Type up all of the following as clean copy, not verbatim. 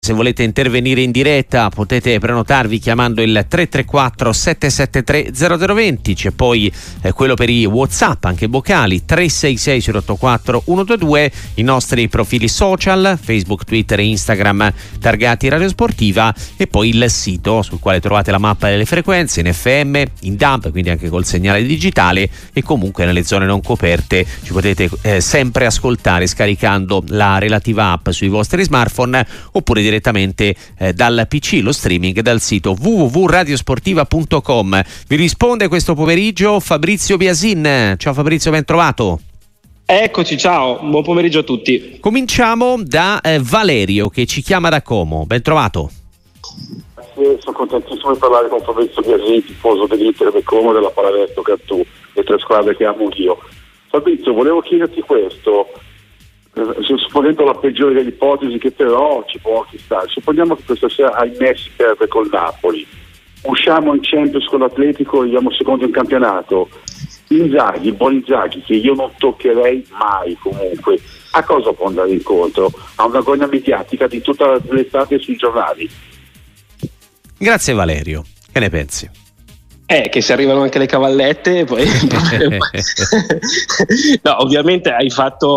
Se volete intervenire in diretta potete prenotarvi chiamando il 334 773 0020, c'è poi quello per i WhatsApp anche vocali 366 084 122, i nostri profili social Facebook, Twitter e Instagram targati Radio Sportiva, e poi il sito sul quale trovate la mappa delle frequenze in FM, in DAB, quindi anche col segnale digitale, e comunque nelle zone non coperte ci potete sempre ascoltare scaricando la relativa app sui vostri smartphone, oppure direttamente dal PC, lo streaming dal sito www.radiosportiva.com. Vi risponde questo pomeriggio Fabrizio Biasin. Ciao Fabrizio, ben trovato. Eccoci, ciao, buon pomeriggio a tutti. Cominciamo da Valerio che ci chiama da Como, ben trovato. Sono contentissimo di parlare con Fabrizio Biasin, tifoso dell'Inter del Como, della Pallavetto Cantù, le tre squadre che amo io. Fabrizio, volevo chiederti questo. Supponendo la peggiore delle ipotesi, che però ci può anche stare, supponiamo che questa sera ahimè si perde col Napoli, usciamo in Champions con l'Atletico e andiamo secondo in campionato, Inzaghi, il buon Inzaghi, che io non toccherei mai comunque, a cosa può andare incontro? A una gogna mediatica di tutta l'estate sui giornali. Grazie Valerio, che ne pensi? Che se arrivano anche le cavallette poi no, ovviamente hai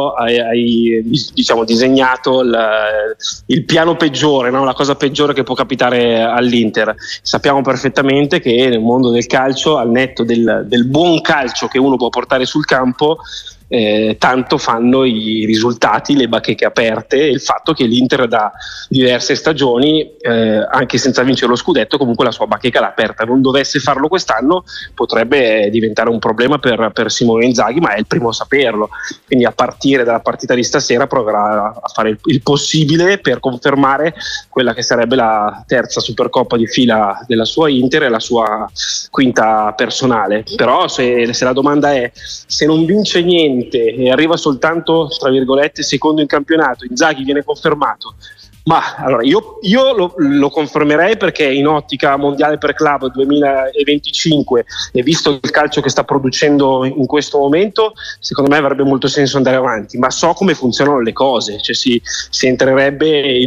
diciamo disegnato il piano peggiore, no? La cosa peggiore che può capitare all'Inter. Sappiamo perfettamente che nel mondo del calcio, al netto del buon calcio che uno può portare sul campo, tanto fanno i risultati, le bacheche aperte, e il fatto che l'Inter da diverse stagioni, anche senza vincere lo scudetto, comunque la sua bacheca l'ha aperta. Non dovesse farlo quest'anno potrebbe diventare un problema per Simone Inzaghi, ma è il primo a saperlo, quindi a partire dalla partita di stasera proverà a fare il possibile per confermare quella che sarebbe la terza Supercoppa di fila della sua Inter e la sua quinta personale. Però se la domanda è se non vince niente e arriva soltanto, tra virgolette, secondo in campionato, Inzaghi viene confermato, ma allora io lo confermerei, perché in ottica mondiale per club 2025, e visto il calcio che sta producendo in questo momento, secondo me avrebbe molto senso andare avanti, ma so come funzionano le cose, cioè si entrerebbe in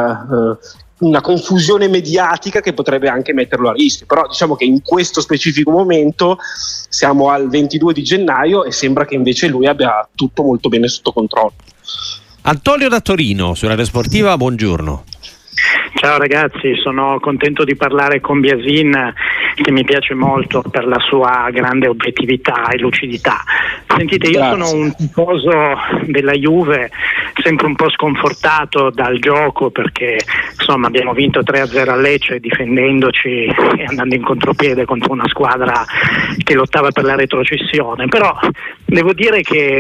una confusione mediatica che potrebbe anche metterlo a rischio. Però diciamo che in questo specifico momento siamo al 22 di gennaio e sembra che invece lui abbia tutto molto bene sotto controllo. Antonio da Torino su Radio Sportiva, buongiorno. Ciao ragazzi, sono contento di parlare con Biasin, che mi piace molto per la sua grande obiettività e lucidità. Sentite, io sono un tifoso della Juve, sempre un po' sconfortato dal gioco, perché insomma abbiamo vinto 3-0 a Lecce difendendoci e andando in contropiede contro una squadra che lottava per la retrocessione. Però devo dire che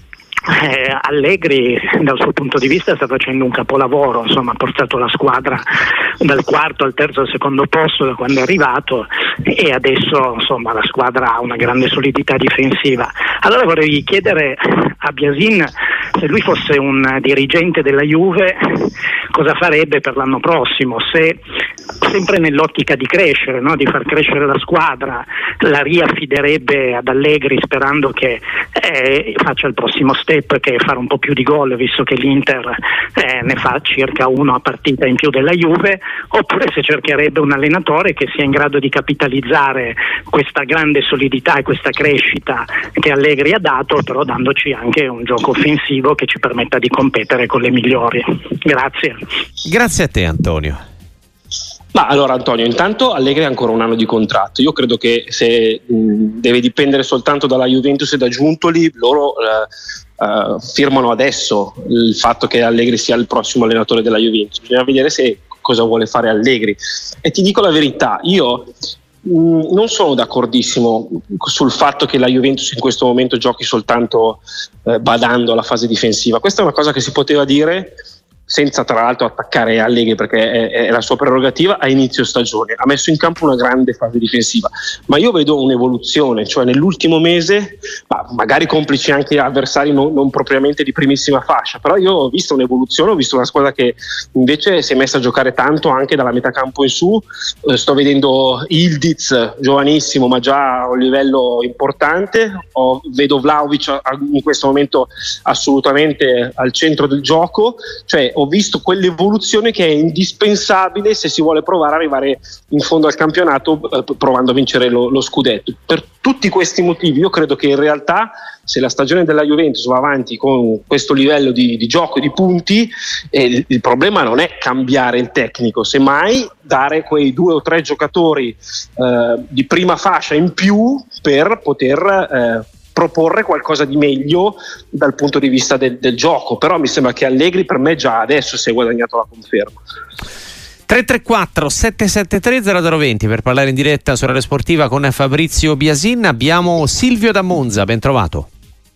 Allegri dal suo punto di vista sta facendo un capolavoro, insomma ha portato la squadra dal quarto al terzo al secondo posto da quando è arrivato, e adesso insomma la squadra ha una grande solidità difensiva. Allora vorrei chiedere a Biasin, se lui fosse un dirigente della Juve, cosa farebbe per l'anno prossimo, se sempre nell'ottica di crescere, no? Di far crescere la squadra, la riaffiderebbe ad Allegri sperando che faccia il prossimo step, che è fare un po' più di gol, visto che l'Inter ne fa circa uno a partita in più della Juve, oppure se cercherebbe un allenatore che sia in grado di capitalizzare questa grande solidità e questa crescita che Allegri ha dato, però dandoci anche un gioco offensivo che ci permetta di competere con le migliori. Grazie. Grazie a te Antonio. Ma allora Antonio, intanto Allegri ha ancora un anno di contratto. Io credo che se deve dipendere soltanto dalla Juventus e da Giuntoli, loro firmano adesso il fatto che Allegri sia il prossimo allenatore della Juventus. Bisogna vedere cosa vuole fare Allegri. E ti dico la verità, io non sono d'accordissimo sul fatto che la Juventus in questo momento giochi soltanto badando alla fase difensiva. Questa è una cosa che si poteva dire senza tra l'altro attaccare Allegri, perché è la sua prerogativa. A inizio stagione ha messo in campo una grande fase difensiva, ma io vedo un'evoluzione, cioè nell'ultimo mese, magari complici anche avversari non propriamente di primissima fascia, però io ho visto un'evoluzione, ho visto una squadra che invece si è messa a giocare tanto anche dalla metà campo in su. Sto vedendo Ildiz giovanissimo ma già a un livello importante, vedo Vlahovic in questo momento assolutamente al centro del gioco, cioè ho visto quell'evoluzione che è indispensabile se si vuole provare ad arrivare in fondo al campionato provando a vincere lo scudetto. Per tutti questi motivi io credo che in realtà, se la stagione della Juventus va avanti con questo livello di gioco e di punti, il problema non è cambiare il tecnico, semmai dare quei 2 o 3 giocatori di prima fascia in più per poter proporre qualcosa di meglio dal punto di vista del gioco. Però mi sembra che Allegri per me già adesso si è guadagnato la conferma. 334 773 0020 per parlare in diretta su Radio Sportiva con Fabrizio Biasin. Abbiamo Silvio da Monza, ben trovato.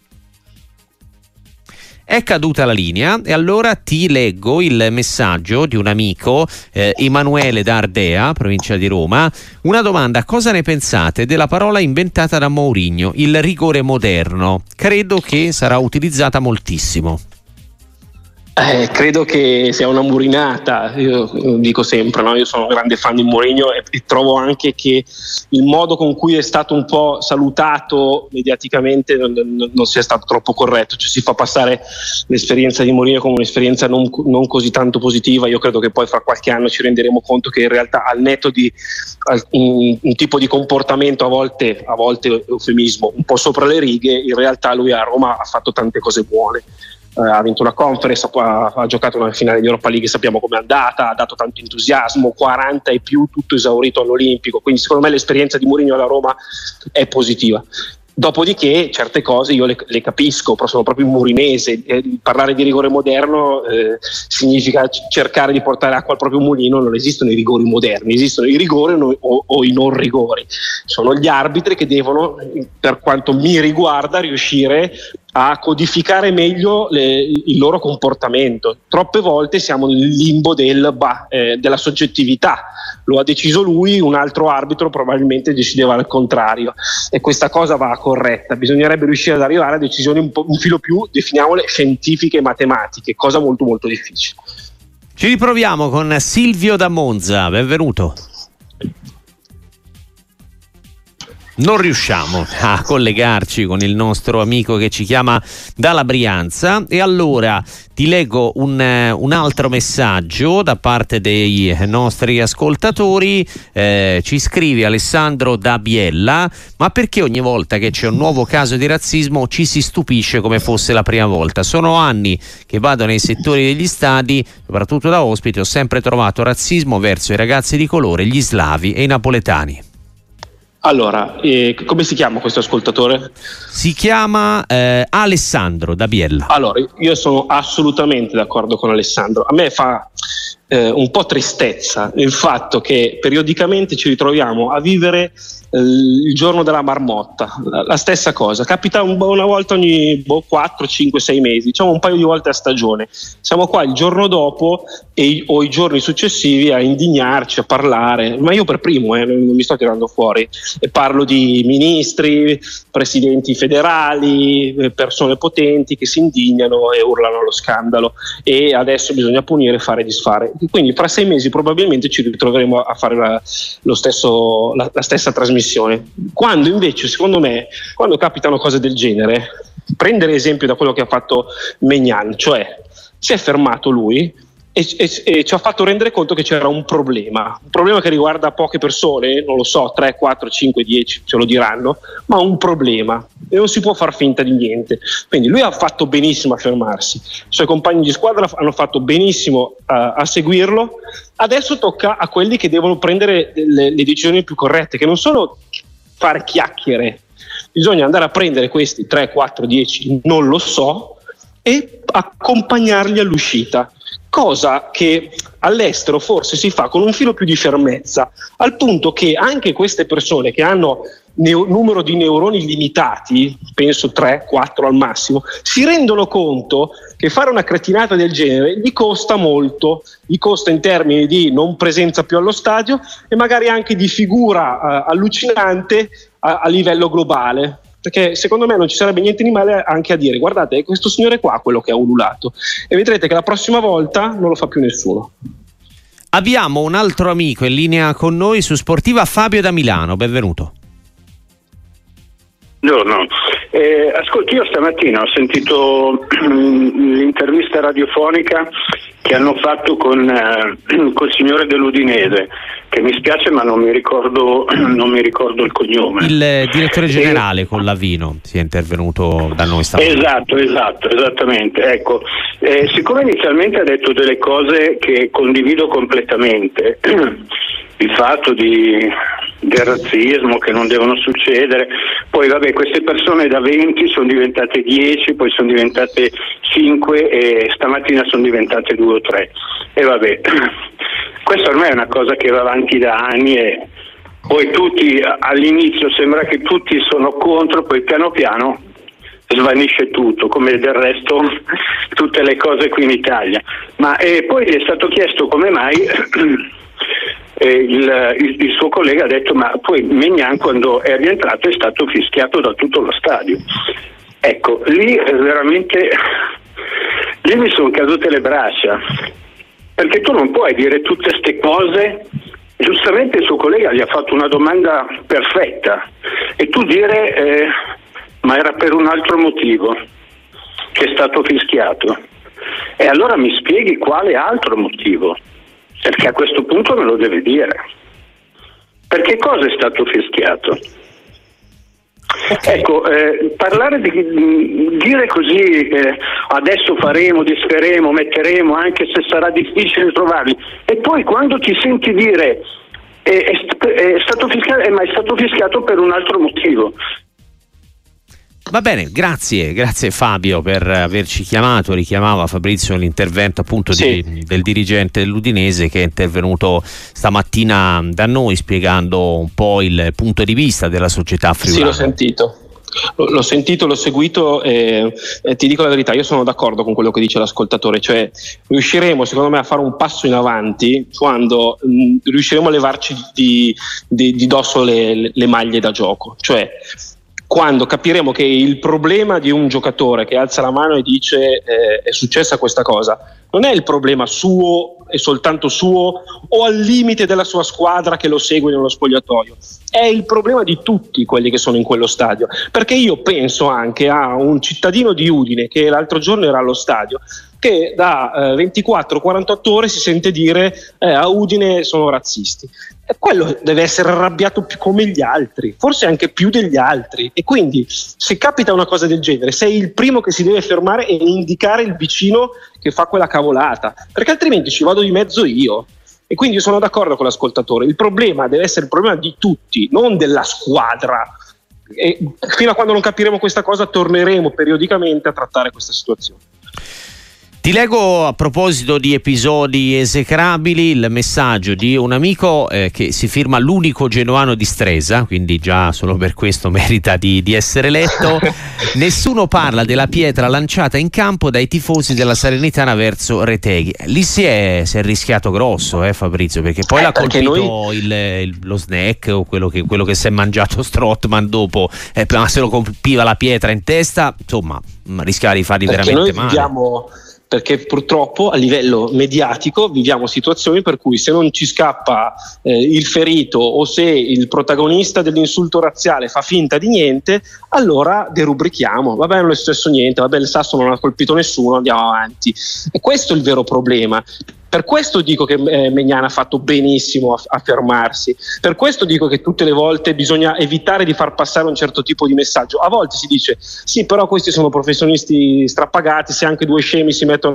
È caduta la linea e allora ti leggo il messaggio di un amico, Emanuele da Ardea, provincia di Roma. Una domanda: cosa ne pensate della parola inventata da Mourinho, il rigore moderno? Credo che sarà utilizzata moltissimo. Credo che sia una murinata, io dico sempre, no? Io sono un grande fan di Mourinho e trovo anche che il modo con cui è stato un po' salutato mediaticamente non sia stato troppo corretto, cioè si fa passare l'esperienza di Mourinho come un'esperienza non così tanto positiva. Io credo che poi fra qualche anno ci renderemo conto che in realtà, al netto di un tipo di comportamento a volte eufemismo un po' sopra le righe, in realtà lui a Roma ha fatto tante cose buone. Ha vinto una conference, ha giocato una finale di Europa League, sappiamo com'è andata, ha dato tanto entusiasmo, 40 e più, tutto esaurito all'Olimpico, quindi secondo me l'esperienza di Mourinho alla Roma è positiva. Dopodiché certe cose io le capisco, però sono proprio murinese. Parlare di rigore moderno significa cercare di portare acqua al proprio mulino. Non esistono i rigori moderni, esistono i rigori o i non rigori. Sono gli arbitri che devono, per quanto mi riguarda, riuscire a codificare meglio il loro comportamento. Troppe volte siamo nel limbo della soggettività. Lo ha deciso lui, un altro arbitro probabilmente decideva al contrario, e questa cosa va corretta. Bisognerebbe riuscire ad arrivare a decisioni un filo più, definiamole, scientifiche e matematiche, cosa molto molto difficile. Ci riproviamo con Silvio da Monza, benvenuto. Non riusciamo a collegarci con il nostro amico che ci chiama dalla Brianza, e allora ti leggo un altro messaggio da parte dei nostri ascoltatori. Ci scrive Alessandro da Biella: ma perché ogni volta che c'è un nuovo caso di razzismo ci si stupisce come fosse la prima volta? Sono anni che vado nei settori degli stadi, soprattutto da ospite, ho sempre trovato razzismo verso i ragazzi di colore, gli slavi e i napoletani. Allora, come si chiama questo ascoltatore? Si chiama Alessandro da Biella. Allora, io sono assolutamente d'accordo con Alessandro. A me fa un po' tristezza il fatto che periodicamente ci ritroviamo a vivere il giorno della marmotta, la stessa cosa, capita una volta ogni 4, 5, 6 mesi, diciamo un paio di volte a stagione. Siamo qua il giorno dopo o i giorni successivi a indignarci, a parlare, ma io per primo non mi sto tirando fuori, e parlo di ministri, presidenti federali, persone potenti che si indignano e urlano allo scandalo, e adesso bisogna punire, fare e disfare. Quindi fra 6 mesi probabilmente ci ritroveremo a fare la stessa trasmissione, quando invece, secondo me, quando capitano cose del genere, prendere esempio da quello che ha fatto Maignan, cioè si è fermato lui e ci ha fatto rendere conto che c'era un problema che riguarda poche persone, non lo so, 3, 4, 5, 10 ce lo diranno, ma un problema, e non si può far finta di niente. Quindi lui ha fatto benissimo a fermarsi, i suoi compagni di squadra hanno fatto benissimo a seguirlo. Adesso tocca a quelli che devono prendere le decisioni più corrette, che non sono fare chiacchiere, bisogna andare a prendere questi 3, 4, 10, non lo so, e accompagnarli all'uscita, cosa che all'estero forse si fa con un filo più di fermezza, al punto che anche queste persone che hanno numero di neuroni limitati, penso 3, 4 al massimo, si rendono conto che fare una cretinata del genere gli costa molto, gli costa in termini di non presenza più allo stadio e magari anche di figura allucinante a livello globale. Perché secondo me non ci sarebbe niente di male anche a dire: guardate, questo signore qua quello che ha ululato, e vedrete che la prossima volta non lo fa più nessuno. Abbiamo un altro amico in linea con noi su Sportiva, Fabio da Milano, benvenuto. Buongiorno, ascolti, io stamattina ho sentito l'intervista radiofonica che hanno fatto col signore dell'Udinese, che mi spiace ma non mi ricordo il cognome. Il direttore generale con Lavino si è intervenuto da noi stamattina. Esattamente. Ecco, siccome inizialmente ha detto delle cose che condivido completamente, il fatto del razzismo che non devono succedere, poi vabbè, queste persone da 20 sono diventate 10, poi sono diventate 5 e stamattina sono diventate 2 o 3 e vabbè, questa ormai è una cosa che va avanti da anni e poi tutti all'inizio sembra che tutti sono contro, poi piano piano svanisce tutto, come del resto tutte le cose qui in Italia. Ma poi gli è stato chiesto come mai il suo collega ha detto ma poi Maignan quando è rientrato è stato fischiato da tutto lo stadio. Ecco, lì veramente mi sono cadute le braccia, perché tu non puoi dire tutte ste cose. Giustamente il suo collega gli ha fatto una domanda perfetta e tu dire ma era per un altro motivo che è stato fischiato, e allora mi spieghi quale altro motivo, perché a questo punto me lo deve dire. Per che cosa è stato fischiato? Okay. Ecco, parlare di dire così adesso faremo, disferemo, metteremo, anche se sarà difficile trovarli, e poi quando ti senti dire è stato fischiato, ma è stato fischiato per un altro motivo. Va bene, grazie Fabio per averci chiamato. Richiamava Fabrizio l'intervento appunto del dirigente dell'Udinese che è intervenuto stamattina da noi spiegando un po' il punto di vista della società friulana. Sì, l'ho sentito, l'ho seguito e ti dico la verità, io sono d'accordo con quello che dice l'ascoltatore, cioè riusciremo secondo me a fare un passo in avanti quando riusciremo a levarci di dosso le maglie da gioco, cioè quando capiremo che il problema di un giocatore che alza la mano e dice è successa questa cosa non è il problema suo e soltanto suo o al limite della sua squadra che lo segue nello spogliatoio, è il problema di tutti quelli che sono in quello stadio, perché io penso anche a un cittadino di Udine che l'altro giorno era allo stadio che da 24-48 ore si sente dire a Udine sono razzisti, e quello deve essere arrabbiato più come gli altri, forse anche più degli altri, e quindi se capita una cosa del genere sei il primo che si deve fermare e indicare il vicino che fa quella cavolata, perché altrimenti ci vado di mezzo io. E quindi io sono d'accordo con l'ascoltatore, il problema deve essere il problema di tutti, non della squadra, e fino a quando non capiremo questa cosa torneremo periodicamente a trattare questa situazione. Ti leggo a proposito di episodi esecrabili il messaggio di un amico che si firma l'unico genuano di Stresa, quindi già solo per questo merita di essere letto. Nessuno parla della pietra lanciata in campo dai tifosi della Salernitana verso Reteghi. Lì si è rischiato grosso, Fabrizio, perché poi l'ha colpito lo snack o quello che si è mangiato Strootman dopo, ma se lo colpiva la pietra in testa, insomma rischiava di fargli veramente male. Perché purtroppo a livello mediatico viviamo situazioni per cui se non ci scappa il ferito o se il protagonista dell'insulto razziale fa finta di niente, allora derubrichiamo, vabbè non è successo niente, vabbè il sasso non ha colpito nessuno, andiamo avanti. E questo è il vero problema. Per questo dico che Maignan ha fatto benissimo a fermarsi, per questo dico che tutte le volte bisogna evitare di far passare un certo tipo di messaggio. A volte si dice sì, però questi sono professionisti strappagati, se anche due scemi si mettono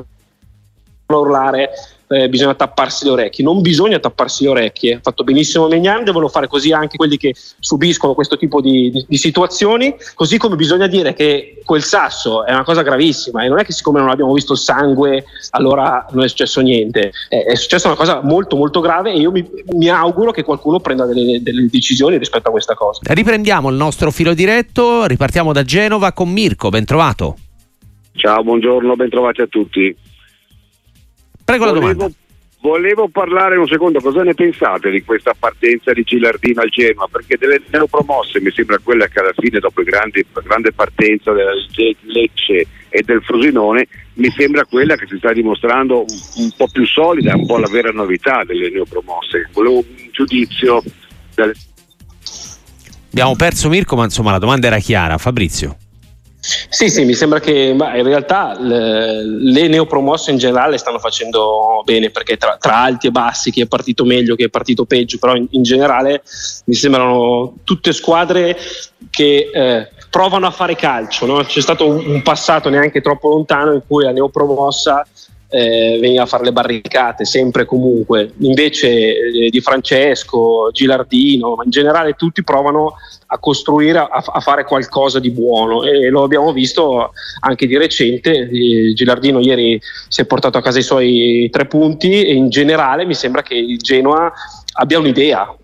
a urlare bisogna tapparsi le orecchie. Non bisogna tapparsi le orecchie, ha fatto benissimo Maignan, devono fare così anche quelli che subiscono questo tipo di situazioni, così come bisogna dire che quel sasso è una cosa gravissima e non è che siccome non abbiamo visto il sangue allora non è successo niente, è successa una cosa molto molto grave e io mi auguro che qualcuno prenda delle decisioni rispetto a questa cosa. Riprendiamo il nostro filo diretto, ripartiamo da Genova con Mirko, ben trovato. Ciao, buongiorno, ben trovati a tutti. Prego la domanda. Volevo parlare un secondo, cosa ne pensate di questa partenza di Gilardino al Genoa? Perché delle neopromosse mi sembra quella che alla fine, dopo la grande partenza del Lecce e del Frosinone, mi sembra quella che si sta dimostrando un po' più solida, un po' la vera novità delle neopromosse. Volevo un giudizio. Abbiamo perso Mirko, ma insomma la domanda era chiara. Fabrizio. Sì, mi sembra che in realtà le neopromosse in generale stanno facendo bene, perché tra alti e bassi, chi è partito meglio, chi è partito peggio, però in generale mi sembrano tutte squadre che provano a fare calcio, no? C'è stato un passato neanche troppo lontano in cui la neopromossa veniva a fare le barricate sempre e comunque, invece Di Francesco, Gilardino, ma in generale tutti provano a costruire, a fare qualcosa di buono, e lo abbiamo visto anche di recente. Gilardino ieri si è portato a casa i suoi 3 punti, e in generale mi sembra che il Genoa abbia un'idea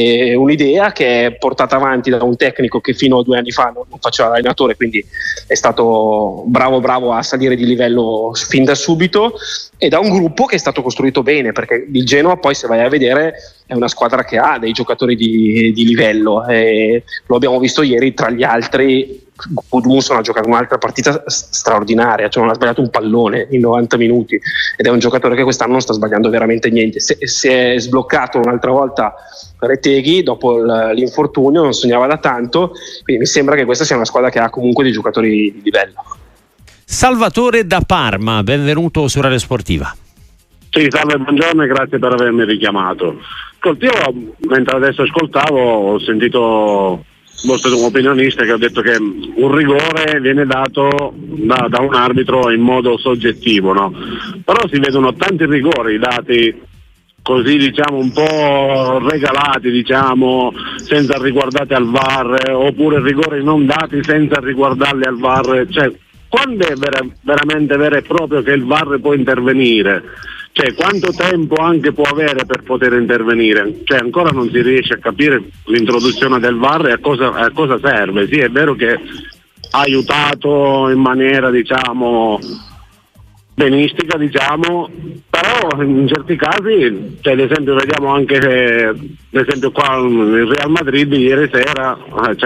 che è portata avanti da un tecnico che fino a 2 anni fa non faceva l'allenatore, quindi è stato bravo a salire di livello fin da subito, e da un gruppo che è stato costruito bene, perché il Genoa poi, se vai a vedere, è una squadra che ha dei giocatori di livello, e lo abbiamo visto ieri. Tra gli altri, Gudmundsson ha giocato un'altra partita straordinaria, cioè non ha sbagliato un pallone in 90 minuti, ed è un giocatore che quest'anno non sta sbagliando veramente niente. Si è sbloccato un'altra volta Retegui dopo l'infortunio, non sognava da tanto, quindi mi sembra che questa sia una squadra che ha comunque dei giocatori di livello. Salvatore da Parma, benvenuto su Radio Sportiva. Sì, salve, buongiorno e grazie per avermi richiamato. Io, mentre adesso ascoltavo, ho sentito vostro opinionista che ha detto che un rigore viene dato da un arbitro in modo soggettivo, no? Però si vedono tanti rigori dati così, diciamo, un po' regalati, diciamo, senza riguardati al VAR, oppure rigori non dati senza riguardarli al VAR. Cioè, quando è veramente vero e proprio che il VAR può intervenire? Cioè, quanto tempo anche può avere per poter intervenire? Cioè, ancora non si riesce a capire l'introduzione del VAR e a cosa serve. Sì, è vero che ha aiutato in maniera, diciamo, benistica, diciamo, però in certi casi, cioè, ad esempio vediamo anche ad esempio qua il Real Madrid ieri sera,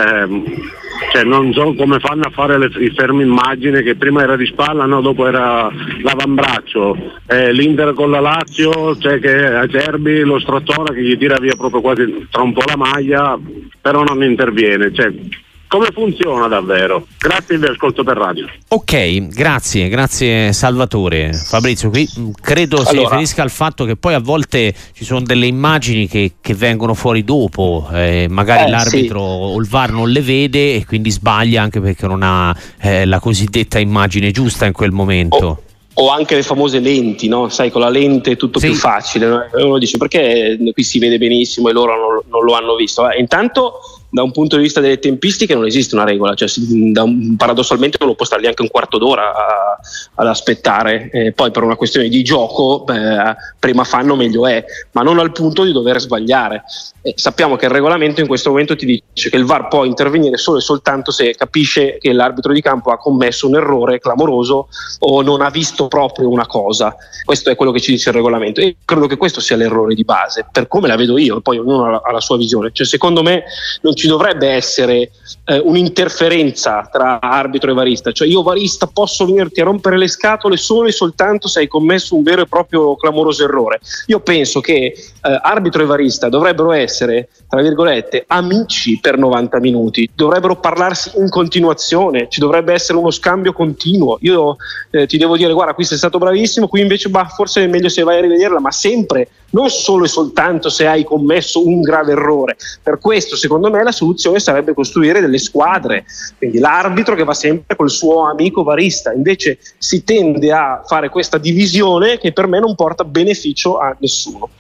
cioè non so come fanno a fare i fermi immagine, che prima era di spalla, no, dopo era l'avambraccio, l'Inter con la Lazio, cioè che Acerbi, lo strattore che gli tira via proprio quasi tra un po' la maglia, però non interviene. Cioè, come funziona davvero? Grazie, vi ascolto per radio. Ok, grazie Salvatore. Fabrizio, qui credo si riferisca al fatto che poi a volte ci sono delle immagini che vengono fuori dopo, magari l'arbitro o il VAR non le vede e quindi sbaglia anche perché non ha la cosiddetta immagine giusta in quel momento. O anche le famose lenti, no? Sai, con la lente è tutto più facile. Uno dice, perché qui si vede benissimo e loro non lo hanno visto? Intanto, da un punto di vista delle tempistiche non esiste una regola, cioè paradossalmente uno può stare lì anche un quarto d'ora ad aspettare, poi per una questione di gioco prima fanno meglio è, ma non al punto di dover sbagliare. Sappiamo che il regolamento in questo momento ti dice che il VAR può intervenire solo e soltanto se capisce che l'arbitro di campo ha commesso un errore clamoroso o non ha visto proprio una cosa. Questo è quello che ci dice il regolamento, e credo che questo sia l'errore di base, per come la vedo io, poi ognuno ha la sua visione. Cioè, secondo me non ci dovrebbe essere un'interferenza tra arbitro e varista, cioè io varista posso venirti a rompere le scatole solo e soltanto se hai commesso un vero e proprio clamoroso errore. Io penso che arbitro e varista dovrebbero essere, tra virgolette, amici per 90 minuti, dovrebbero parlarsi in continuazione, ci dovrebbe essere uno scambio continuo. Io ti devo dire, guarda, qui sei stato bravissimo, qui invece forse è meglio se vai a rivederla, ma sempre, non solo e soltanto se hai commesso un grave errore. Per questo, secondo me, la soluzione sarebbe costruire delle squadre, quindi l'arbitro che va sempre col suo amico varista. Invece si tende a fare questa divisione che per me non porta beneficio a nessuno.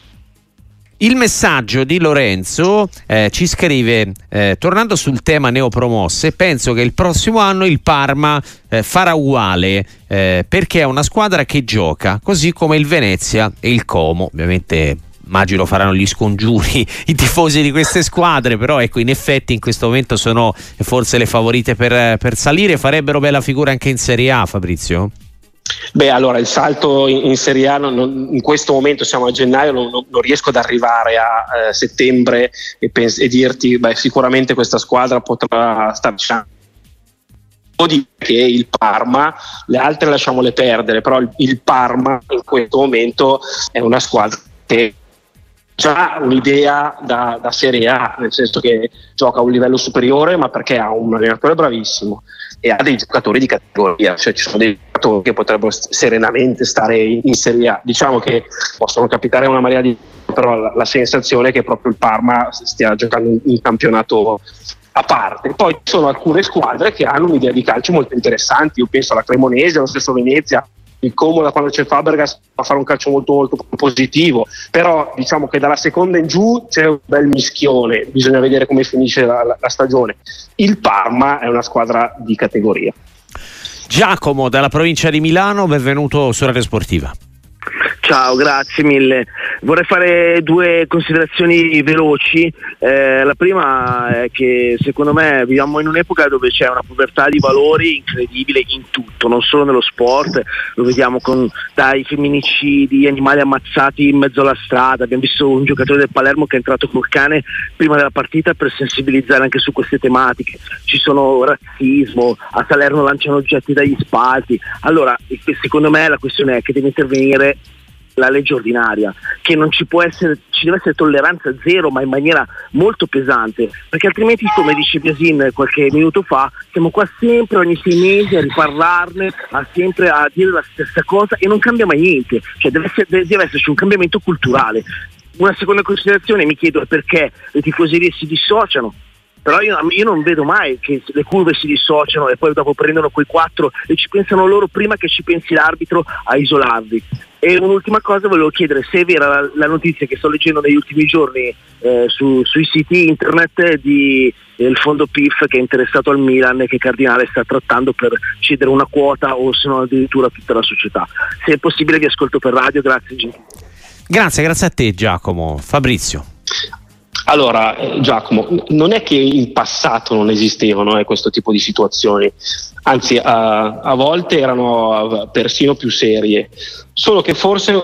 Il messaggio di Lorenzo ci scrive, tornando sul tema neopromosse, penso che il prossimo anno il Parma farà uguale, perché è una squadra che gioca, così come il Venezia e il Como. Ovviamente immagino faranno gli scongiuri i tifosi di queste squadre, però ecco, in effetti in questo momento sono forse le favorite per salire. Farebbero bella figura anche in Serie A, Fabrizio? Beh, allora il salto in Serie A in questo momento, siamo a gennaio, non riesco ad arrivare a settembre e dirti sicuramente questa squadra potrà starci. Che il Parma, le altre lasciamole perdere, però il Parma in questo momento è una squadra che già un'idea da Serie A, nel senso che gioca a un livello superiore, ma perché ha un allenatore bravissimo e ha dei giocatori di categoria, cioè ci sono dei giocatori che potrebbero serenamente stare in Serie A. Diciamo che possono capitare una marea di, però la sensazione è che proprio il Parma stia giocando un campionato a parte. Poi ci sono alcune squadre che hanno un'idea di calcio molto interessanti, io penso alla Cremonese, allo stesso Venezia, il Como quando c'è Fabregas a fare un calcio molto molto positivo, però diciamo che dalla seconda in giù c'è un bel mischione, bisogna vedere come finisce la stagione. Il Parma è una squadra di categoria. Giacomo dalla provincia di Milano, benvenuto su Radio Sportiva. Ciao, grazie mille. Vorrei fare due considerazioni veloci. La prima è che secondo me viviamo in un'epoca dove c'è una povertà di valori incredibile in tutto, non solo nello sport, lo vediamo dai femminicidi, animali ammazzati in mezzo alla strada. Abbiamo visto un giocatore del Palermo che è entrato col cane prima della partita per sensibilizzare anche su queste tematiche. Ci sono razzismo, a Salerno lanciano oggetti dagli spalti. Allora, secondo me la questione è che deve intervenire la legge ordinaria, che non ci deve essere tolleranza zero, ma in maniera molto pesante, perché altrimenti, come dice Biasin qualche minuto fa, siamo qua sempre ogni 6 mesi a riparlarne, sempre a dire la stessa cosa e non cambia mai niente. Cioè deve esserci un cambiamento culturale. Una seconda considerazione, mi chiedo perché le tifoserie si dissociano. Però io non vedo mai che le curve si dissociano e poi dopo prendono quei 4 e ci pensano loro prima che ci pensi l'arbitro a isolarli. E un'ultima cosa, volevo chiedere se è vera la notizia che sto leggendo negli ultimi giorni sui siti internet del fondo PIF che è interessato al Milan e che Cardinale sta trattando per cedere una quota o se no addirittura tutta la società. Se è possibile vi ascolto per radio, grazie. Grazie a te Giacomo. Fabrizio. Allora Giacomo, non è che in passato non esistevano questo tipo di situazioni, anzi a volte erano persino più serie, solo che forse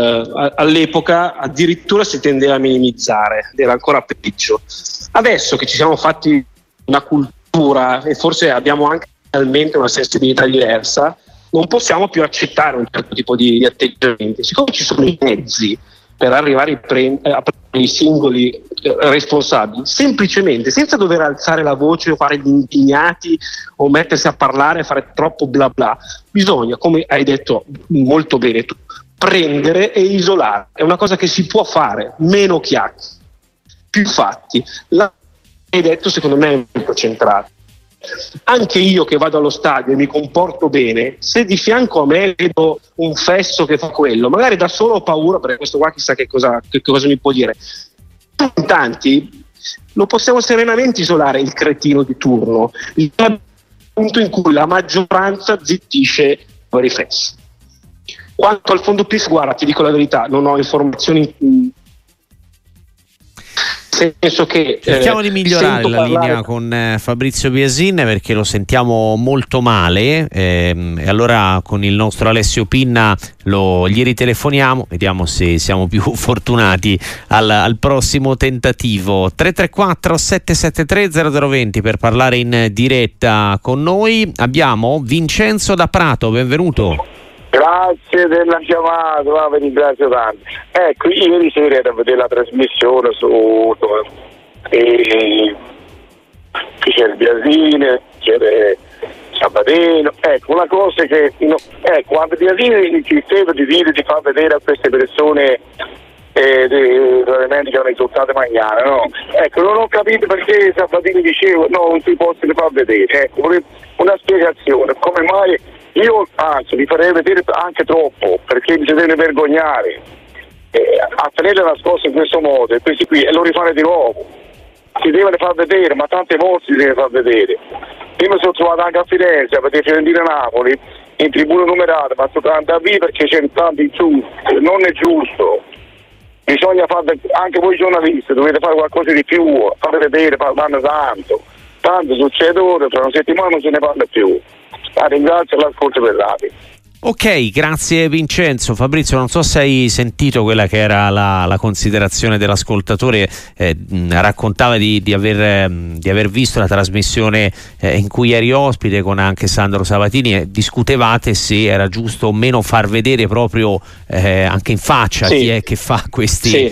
all'epoca addirittura si tendeva a minimizzare ed era ancora peggio. Adesso che ci siamo fatti una cultura e forse abbiamo anche realmente una sensibilità diversa, non possiamo più accettare un certo tipo di atteggiamenti, siccome ci sono i mezzi per arrivare a prendere i singoli responsabili, semplicemente senza dover alzare la voce o fare gli indignati o mettersi a parlare e fare troppo bla bla, bisogna, come hai detto molto bene tu, prendere e isolare. È una cosa che si può fare, meno chiacchiere, più fatti. Hai detto, secondo me è molto centrato. Anche io che vado allo stadio e mi comporto bene, se di fianco a me vedo un fesso che fa quello, magari da solo ho paura perché questo qua chissà che cosa mi può dire. In tanti lo possiamo serenamente isolare il cretino di turno, il punto in cui la maggioranza zittisce i fessi. Quanto al fondo PIF, guarda, ti dico la verità, non ho informazioni. Penso che cerchiamo di migliorare la linea con Fabrizio Biasin perché lo sentiamo molto male e allora con il nostro Alessio Pinna gli ritelefoniamo, vediamo se siamo più fortunati al prossimo tentativo. 334 773 0020 per parlare in diretta con noi. Abbiamo Vincenzo da Prato, benvenuto. Grazie della chiamata, vi ringrazio tanto. Ecco, io ieri sera a vedere la trasmissione c'era il Biasini, c'era Sabatino. Ecco, una cosa che quando Biasini insisteva di far vedere a queste persone probabilmente che hanno risultato mañana, no? Ecco, non ho capito perché Sabatini diceva no, non si possono far vedere. Ecco, una spiegazione, come mai. Io anzi li farei vedere anche troppo perché mi si deve vergognare a tenere nascosto in questo modo e questi qui e lo rifare di nuovo, si deve far vedere, ma tante volte si deve far vedere. Io mi sono trovato anche a Firenze a vedere Fiorentina Napoli in tribuna numerata, ma sono andando via perché c'è tanto in giù, non è giusto, bisogna fare, anche voi giornalisti dovete fare qualcosa di più, fare vedere, parlando tanto succede ora, tra una settimana non se ne parla più. Ringrazio l'ascolto per radio. Ok, grazie Vincenzo. Fabrizio, non so se hai sentito quella che era la considerazione dell'ascoltatore, raccontava di aver visto la trasmissione in cui eri ospite con anche Sandro Sabatini e discutevate se era giusto o meno far vedere proprio anche in faccia chi è che fa questi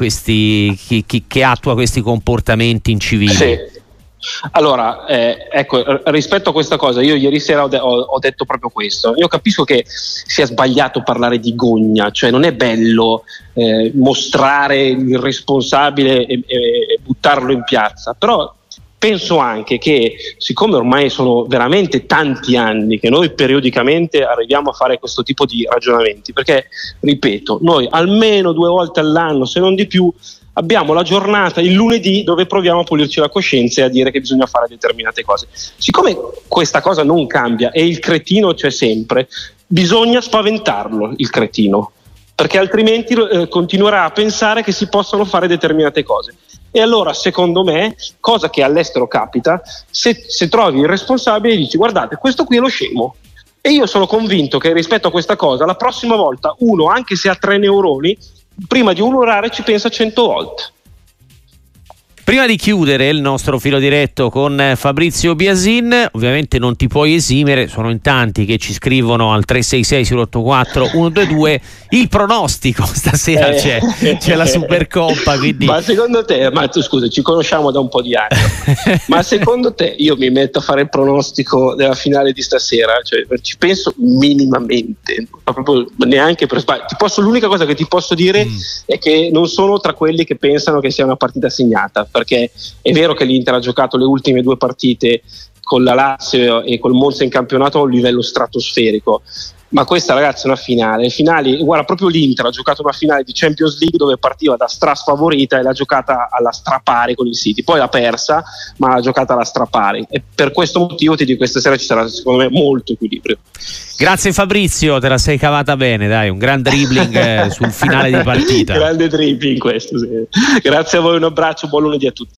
che attua questi comportamenti incivili. Sì. Allora, ecco, rispetto a questa cosa, io ieri sera ho detto proprio questo. Io capisco che sia sbagliato parlare di gogna, cioè non è bello mostrare il responsabile e buttarlo in piazza, però penso anche che, siccome ormai sono veramente tanti anni che noi periodicamente arriviamo a fare questo tipo di ragionamenti, perché, ripeto, noi almeno 2 volte all'anno, se non di più, abbiamo la giornata, il lunedì, dove proviamo a pulirci la coscienza e a dire che bisogna fare determinate cose. Siccome questa cosa non cambia e il cretino c'è sempre, bisogna spaventarlo, il cretino, perché altrimenti continuerà a pensare che si possono fare determinate cose. E allora, secondo me, cosa che all'estero capita, se trovi il responsabile e dici: guardate, questo qui è lo scemo. E io sono convinto che rispetto a questa cosa, la prossima volta uno, anche se ha 3 neuroni, prima di urlare ci pensa 100 volte. Prima di chiudere il nostro filo diretto con Fabrizio Biasin, ovviamente non ti puoi esimere, sono in tanti che ci scrivono al 366-084-122 il pronostico. Stasera c'è la Supercoppa, quindi... Ma secondo te, scusa, ci conosciamo da un po' di anni, ma secondo te io mi metto a fare il pronostico della finale di stasera? Cioè, ci penso minimamente, proprio neanche per sbaglio. L'unica cosa che ti posso dire è che non sono tra quelli che pensano che sia una partita segnata, perché è vero che l'Inter ha giocato le ultime 2 partite con la Lazio e col Monza in campionato a un livello stratosferico, ma questa, ragazzi, è una finale. Guarda, proprio l'Inter ha giocato una finale di Champions League dove partiva da sfavorita e l'ha giocata alla strapari con il City, poi l'ha persa, ma l'ha giocata alla strapari, e per questo motivo ti dico, questa sera ci sarà secondo me molto equilibrio. Grazie Fabrizio, te la sei cavata bene, dai, un gran dribbling sul finale di partita. Grande dribbling questo, sì. Grazie a voi, un abbraccio, buon lunedì a tutti.